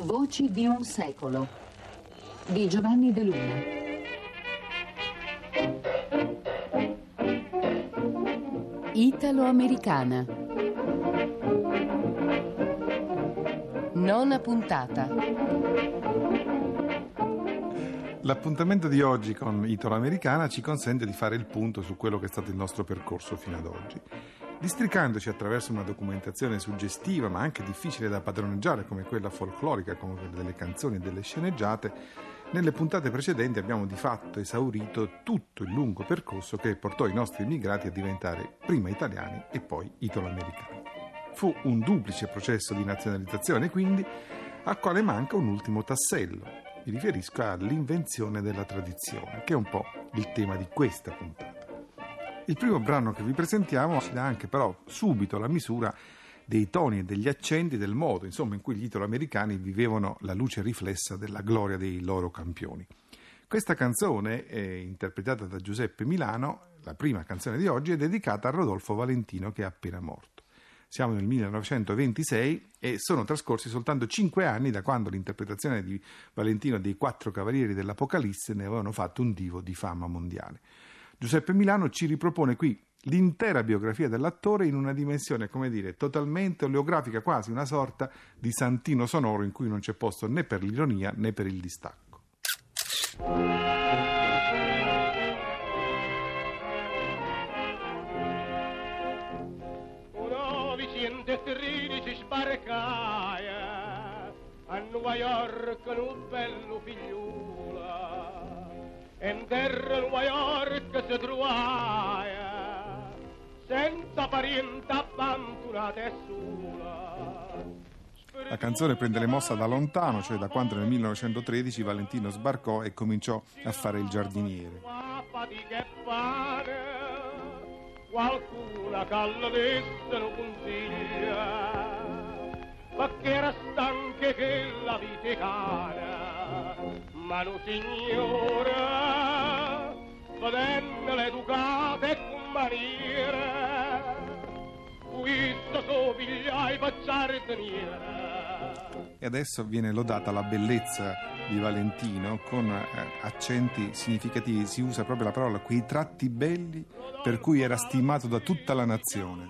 Voci di un secolo di Giovanni De Luna. Italo-americana. Nona puntata. L'appuntamento di oggi con Italo-americana ci consente di fare il punto su quello che è stato il nostro percorso fino ad oggi, districandoci attraverso una documentazione suggestiva ma anche difficile da padroneggiare come quella folclorica, come quella delle canzoni e delle sceneggiate. Nelle puntate precedenti abbiamo di fatto esaurito tutto il lungo percorso che portò i nostri immigrati a diventare prima italiani e poi italo-americani. Fu un duplice processo di nazionalizzazione, quindi, al quale manca un ultimo tassello. Mi riferisco all'invenzione della tradizione, che è un po' il tema di questa puntata. Il primo brano che vi presentiamo ci dà anche però subito la misura dei toni e degli accenti, del modo, insomma, in cui gli italo-americani vivevano la luce riflessa della gloria dei loro campioni. Questa canzone, interpretata da Giuseppe Milano, la prima canzone di oggi, è dedicata a Rodolfo Valentino, che è appena morto. Siamo nel 1926 e sono trascorsi soltanto 5 anni da quando l'interpretazione di Valentino dei Quattro Cavalieri dell'Apocalisse ne avevano fatto un divo di fama mondiale. Giuseppe Milano ci ripropone qui l'intera biografia dell'attore in una dimensione, come dire, totalmente oleografica, quasi una sorta di santino sonoro in cui non c'è posto né per l'ironia né per il distacco. Sbarcaia a New York un bello figliuola e in terra New York si trovaia senza parente abbandonata e sola. La canzone prende le mossa da lontano, cioè da quando nel 1913 Valentino sbarcò e cominciò a fare il giardiniere. Fatica e pane, qualcuna calla desse non consiglia, perché era stanca che la vita è cara, ma no signora, vedendole educate e con maniera, questo suo pigliai per giardiniera. E adesso viene lodata la bellezza di Valentino con accenti significativi, si usa proprio la parola, quei tratti belli per cui era stimato da tutta la nazione.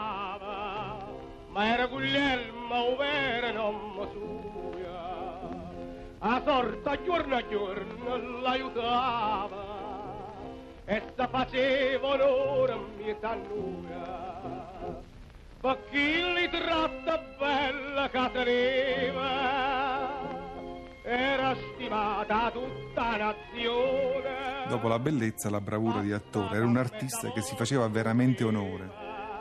Ma era Guglielmo vera nonna sua, a sorta giorno a giorno l'aiutava e se faceva onore a mia tannura, perché li tratta bella che teneva, era stimata tutta nazione. Dopo la bellezza, la bravura di attore, era un artista che si faceva veramente onore.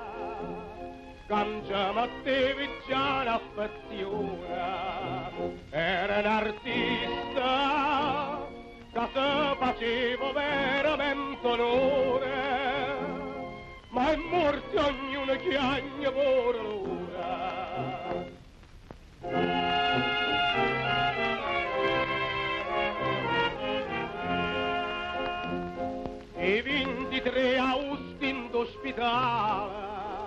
Cangia Mattevi già l'affeziona, era un artista che si faceva veramente onore, ma è morto ognuno che agna per l'ora. E 23 Austin d'ospitale.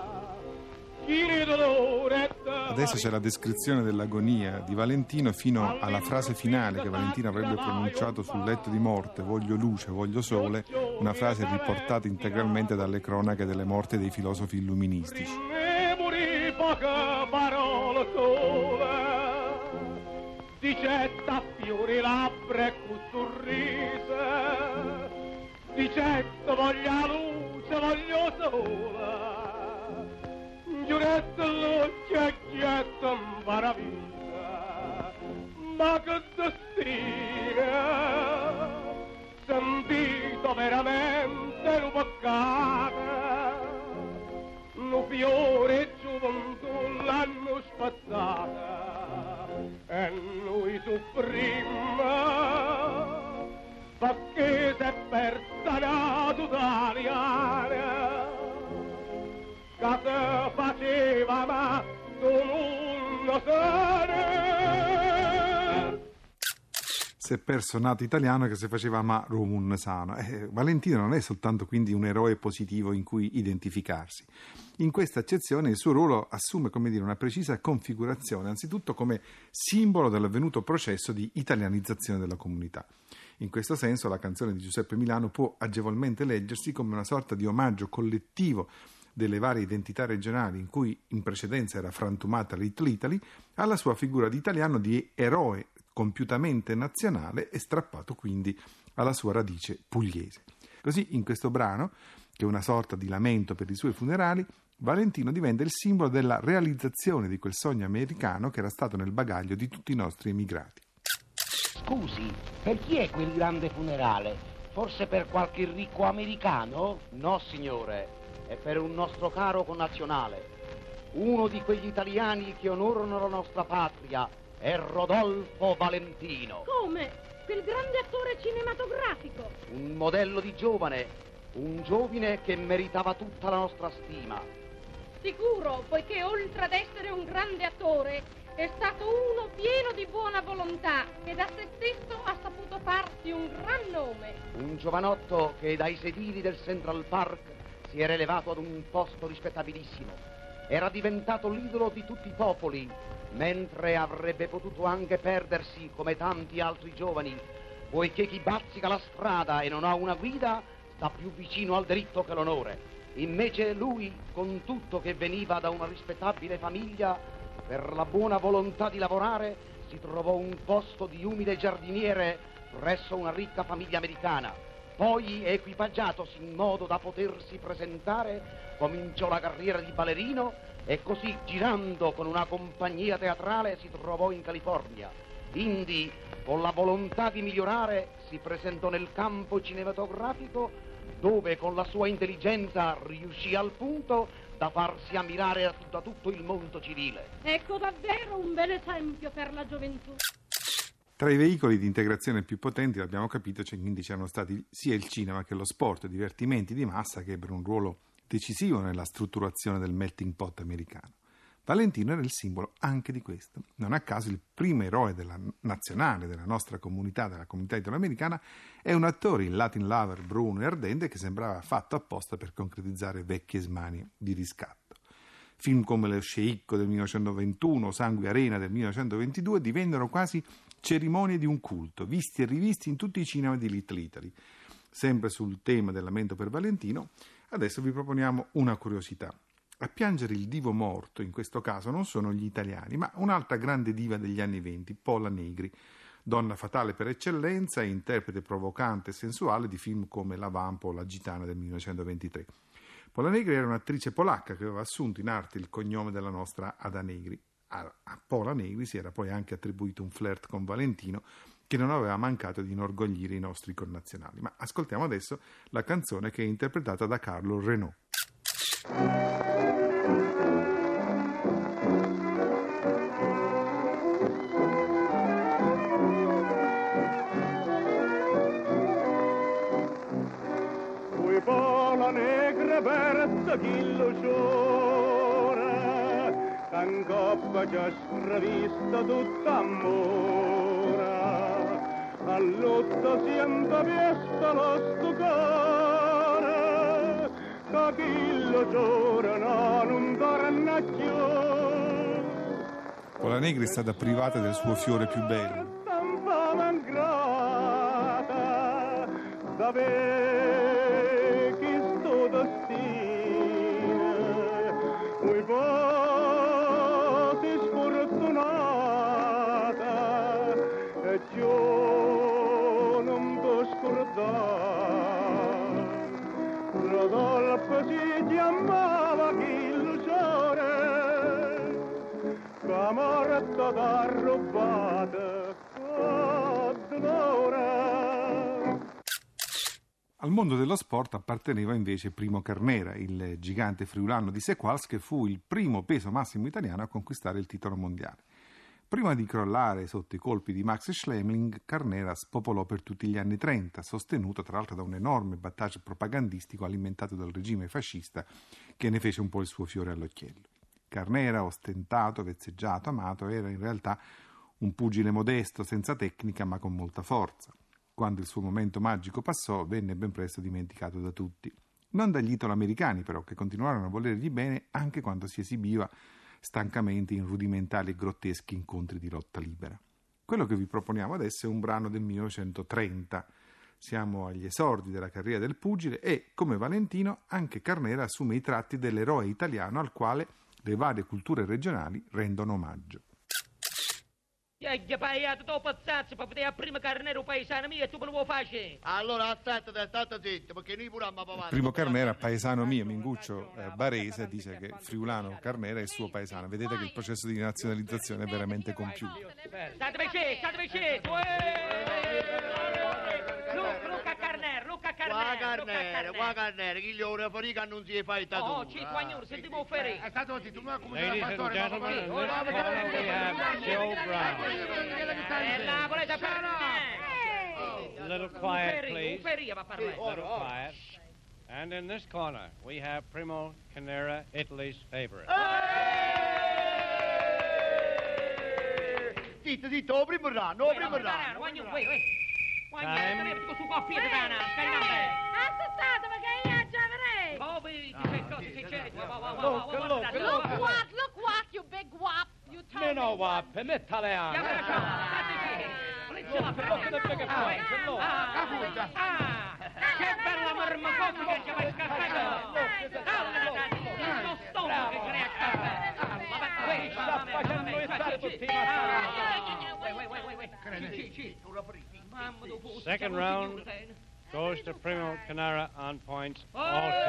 Adesso c'è la descrizione dell'agonia di Valentino fino alla frase finale che Valentino avrebbe pronunciato sul letto di morte: voglio luce, voglio sole, una frase riportata integralmente dalle cronache delle morti dei filosofi illuministici. Poche parole sole, dicetta fiori labbra e con sorriso, dicetta voglio luce, voglio sole, giuretto l'occhiacchietto maraviglia, ma che destino, sentito veramente un peccato, un fiore gioventù l'hanno spazzata e noi soffrimmo perché si è persa la tutaliana che si faceva ma non lo sa. Si è perso nato italiano che si faceva ma Romun sano. Valentino non è soltanto quindi un eroe positivo in cui identificarsi. In questa accezione il suo ruolo assume, come dire, una precisa configurazione, anzitutto come simbolo dell'avvenuto processo di italianizzazione della comunità. In questo senso la canzone di Giuseppe Milano può agevolmente leggersi come una sorta di omaggio collettivo delle varie identità regionali in cui in precedenza era frantumata Little Italy, alla sua figura di italiano di eroe compiutamente nazionale e strappato quindi alla sua radice pugliese. Così in questo brano, che è una sorta di lamento per i suoi funerali, Valentino diventa il simbolo della realizzazione di quel sogno americano che era stato nel bagaglio di tutti i nostri emigrati. Scusi, per chi è quel grande funerale? Forse per qualche ricco americano? No, signore, è per un nostro caro connazionale, uno di quegli italiani che onorano la nostra patria, è Rodolfo Valentino. Come? Quel grande attore cinematografico? Un modello di giovane, un giovine che meritava tutta la nostra stima. Sicuro, poiché oltre ad essere un grande attore, è stato uno pieno di buona volontà che da se stesso ha saputo farsi un gran nome. Un giovanotto che dai sedili del Central Park si era elevato ad un posto rispettabilissimo. Era diventato l'idolo di tutti i popoli, mentre avrebbe potuto anche perdersi come tanti altri giovani, poiché chi bazzica la strada e non ha una guida sta più vicino al diritto che l'onore. Invece lui, con tutto che veniva da una rispettabile famiglia, per la buona volontà di lavorare, si trovò un posto di umile giardiniere presso una ricca famiglia americana. Poi, equipaggiatosi in modo da potersi presentare, cominciò la carriera di ballerino e così, girando con una compagnia teatrale, si trovò in California. Indi, con la volontà di migliorare, si presentò nel campo cinematografico, dove con la sua intelligenza riuscì al punto da farsi ammirare da tutto il mondo civile. Ecco davvero un bel esempio per la gioventù. Tra i veicoli di integrazione più potenti, abbiamo capito, quindi c'erano stati sia il cinema che lo sport, divertimenti di massa che ebbero un ruolo decisivo nella strutturazione del melting pot americano. Valentino era il simbolo anche di questo. Non a caso il primo eroe nazionale della nostra comunità, della comunità italoamericana, è un attore, il Latin lover bruno e ardente, che sembrava fatto apposta per concretizzare vecchie smanie di riscatto. Film come Lo sceicco del 1921 o Sangue Arena del 1922 divennero quasi cerimonie di un culto, visti e rivisti in tutti i cinema di Little Italy. Sempre sul tema del lamento per Valentino, adesso vi proponiamo una curiosità. A piangere il divo morto, in questo caso, non sono gli italiani, ma un'altra grande diva degli anni '20, Pola Negri, donna fatale per eccellenza e interprete provocante e sensuale di film come La Vampa o La Gitana del 1923. Pola Negri era un'attrice polacca che aveva assunto in arte il cognome della nostra Ada Negri. A Pola Negri si era poi anche attribuito un flirt con Valentino che non aveva mancato di inorgoglire i nostri connazionali. Ma ascoltiamo adesso la canzone che è interpretata da Carlo Renaud. Pola Negra versa chi lo giora, in coppa già stravista tutta amore, all'otta sienta piesta lo stucore, che chi lo giora non torna più. Pola Negri è stata privata del suo fiore più bello. Stampava ingrata, muy poco sfortunata e io non t'ho scordato. Rodolfo si chiamava Chilluciore, che morta t'ha rubata con dolore. Al mondo dello sport apparteneva invece Primo Carnera, il gigante friulano di Sequals, che fu il primo peso massimo italiano a conquistare il titolo mondiale. Prima di crollare sotto i colpi di Max Schmeling, Carnera spopolò per tutti gli anni 30, sostenuto tra l'altro da un enorme battage propagandistico alimentato dal regime fascista che ne fece un po' il suo fiore all'occhiello. Carnera, ostentato, vezzeggiato, amato, era in realtà un pugile modesto, senza tecnica ma con molta forza. Quando il suo momento magico passò, venne ben presto dimenticato da tutti. Non dagli italo-americani però, che continuarono a volergli bene anche quando si esibiva stancamente in rudimentali e grotteschi incontri di lotta libera. Quello che vi proponiamo adesso è un brano del 1930. Siamo agli esordi della carriera del pugile e, come Valentino, anche Carnera assume i tratti dell'eroe italiano al quale le varie culture regionali rendono omaggio. Gli paiato dopo azzazzo per vedere prima Carnero paesano mio e tu me lo vuoi fare? Allora aspetta, state zitto, perché noi pure abbiamo pavato. Primo Carnera, paesano mio, Minguccio Barese, dice che friulano Carnera è il suo paesano. Vedete che il processo di nazionalizzazione è veramente compiuto. State vicini! Qua Carnera, chi gli ora fuori che non si è fatta tu. Oh, ci guagnore, sentiamo offere. State zitto, ma come Ladies and gentlemen, in this corner we have Joe Brown. La volete A little quiet, please. Ufferia va a parlare. A little quiet. And in this corner we have Primo Carnera, Italy's favorite. Zitto, primo rano. Guagnore, su coppia di dana, Ascoltate, perché io già avrei. Look what, you big wop. You told me. Wap, per me italiano. Che bella marmocotto che ci vai scappando! Il tuo stomaco che crea Second round goes to Primo Carnera on points also.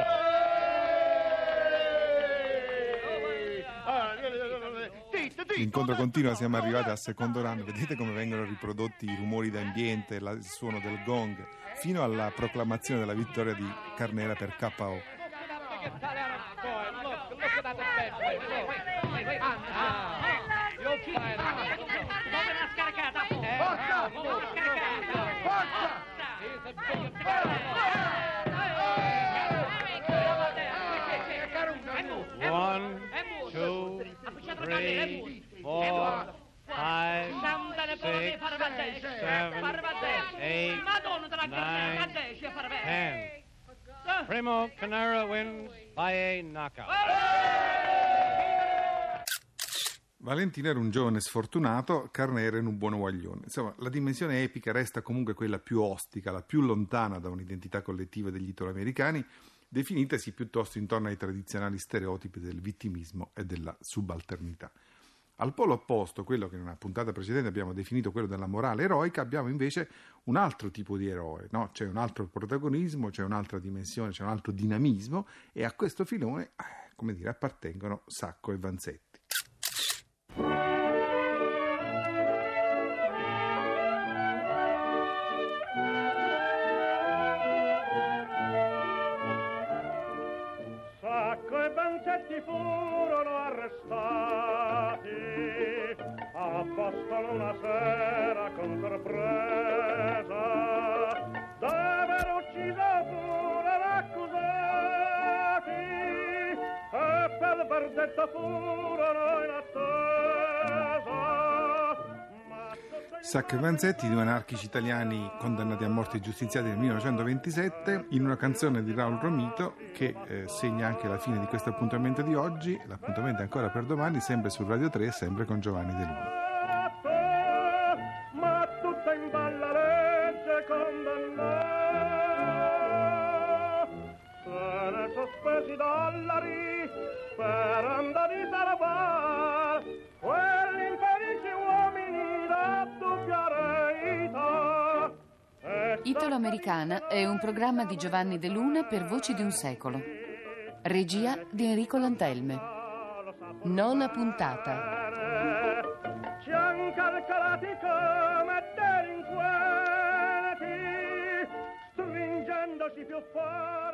L'incontro continua, siamo arrivati al secondo round. Vedete come vengono riprodotti i rumori d'ambiente, il suono del gong, fino alla proclamazione della vittoria di Carnera per KO. One, two, three, four, five, six, seven, eight, nine, 10. Primo Carnera wins by a knockout. Valentino era un giovane sfortunato, Carnera era un buono guaglione. Insomma, la dimensione epica resta comunque quella più ostica, la più lontana da un'identità collettiva degli italoamericani, definitasi piuttosto intorno ai tradizionali stereotipi del vittimismo e della subalternità. Al polo opposto, quello che in una puntata precedente abbiamo definito quello della morale eroica, abbiamo invece un altro tipo di eroe, no? C'è un altro protagonismo, c'è un'altra dimensione, c'è un altro dinamismo, e a questo filone, appartengono Sacco e Vanzetti. Sacco e Vanzetti furono arrestati a Boston una sera con sorpresa d'aver ucciso pure l'accusati e per verdetto furono in attesa. Sacco e Vanzetti, due anarchici italiani condannati a morte e giustiziati nel 1927, in una canzone di Raul Romito che segna anche la fine di questo appuntamento di oggi. L'appuntamento è ancora per domani, sempre su Radio 3, sempre con Giovanni De Luna. Ma tutta in balla legge condannata, se ne sospesi dollari per andare di salvar quelli infelici uomini da doppia reità. Italo-Americana è un programma di Giovanni De Luna per Voci di un secolo. Regia di Enrico Lantelme. Nona puntata. Ci han calcolati come delinquenti, stringendosi più forte